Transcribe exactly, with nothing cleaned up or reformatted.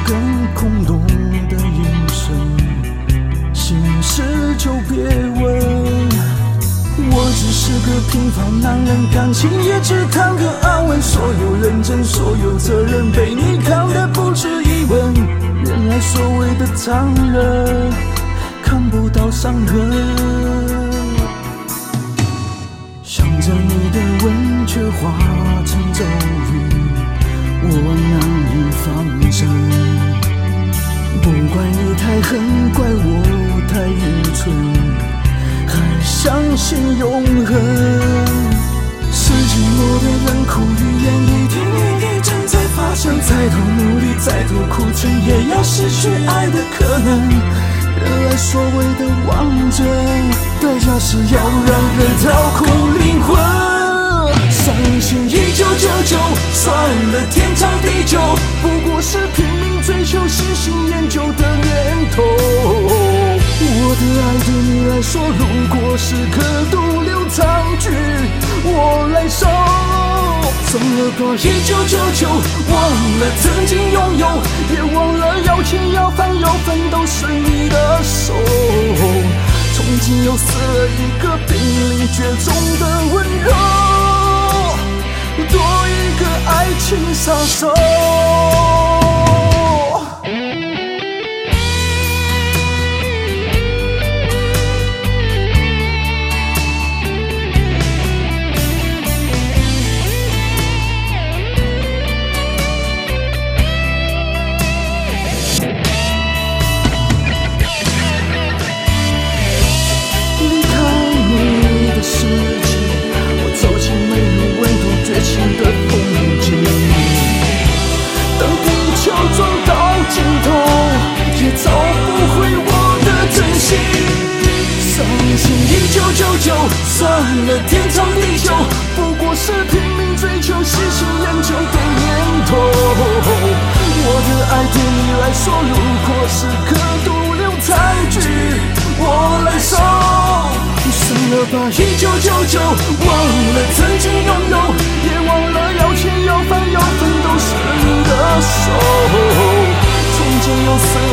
更空洞的眼神，心事就别问。我只是个平凡男人，感情也只谈个安稳，所有认真，所有责任被你看得不值一问。原来所谓的残忍，看不到伤痕。想着你的吻，却化成咒语，我难以放生。不怪你太狠，怪我太愚蠢，还相信永恒。是寂寞的人，苦语言一天一地正在发生，再多努力，再多苦撑，也要失去爱的可能。原来所谓的完整，代价是要让人掏空灵魂。伤心一九九九，算了天长地久，不过是拼命追求喜新厌旧的念头。我的爱对你来说，如果是个毒瘤残局，我来收。算了吧，一九九九，忘了曾经拥有，也忘了要钱要饭要分都是你的手。从今又死了一个濒临绝种的温柔，多一个爱情杀手。算了天长地久，不过是拼命追求喜新厌旧的念头。我的爱对你来说，如果是个毒瘤残局，我来收。算了吧，一九九九，忘了曾经拥有，也忘了要钱要饭要分都是你的手。从今又死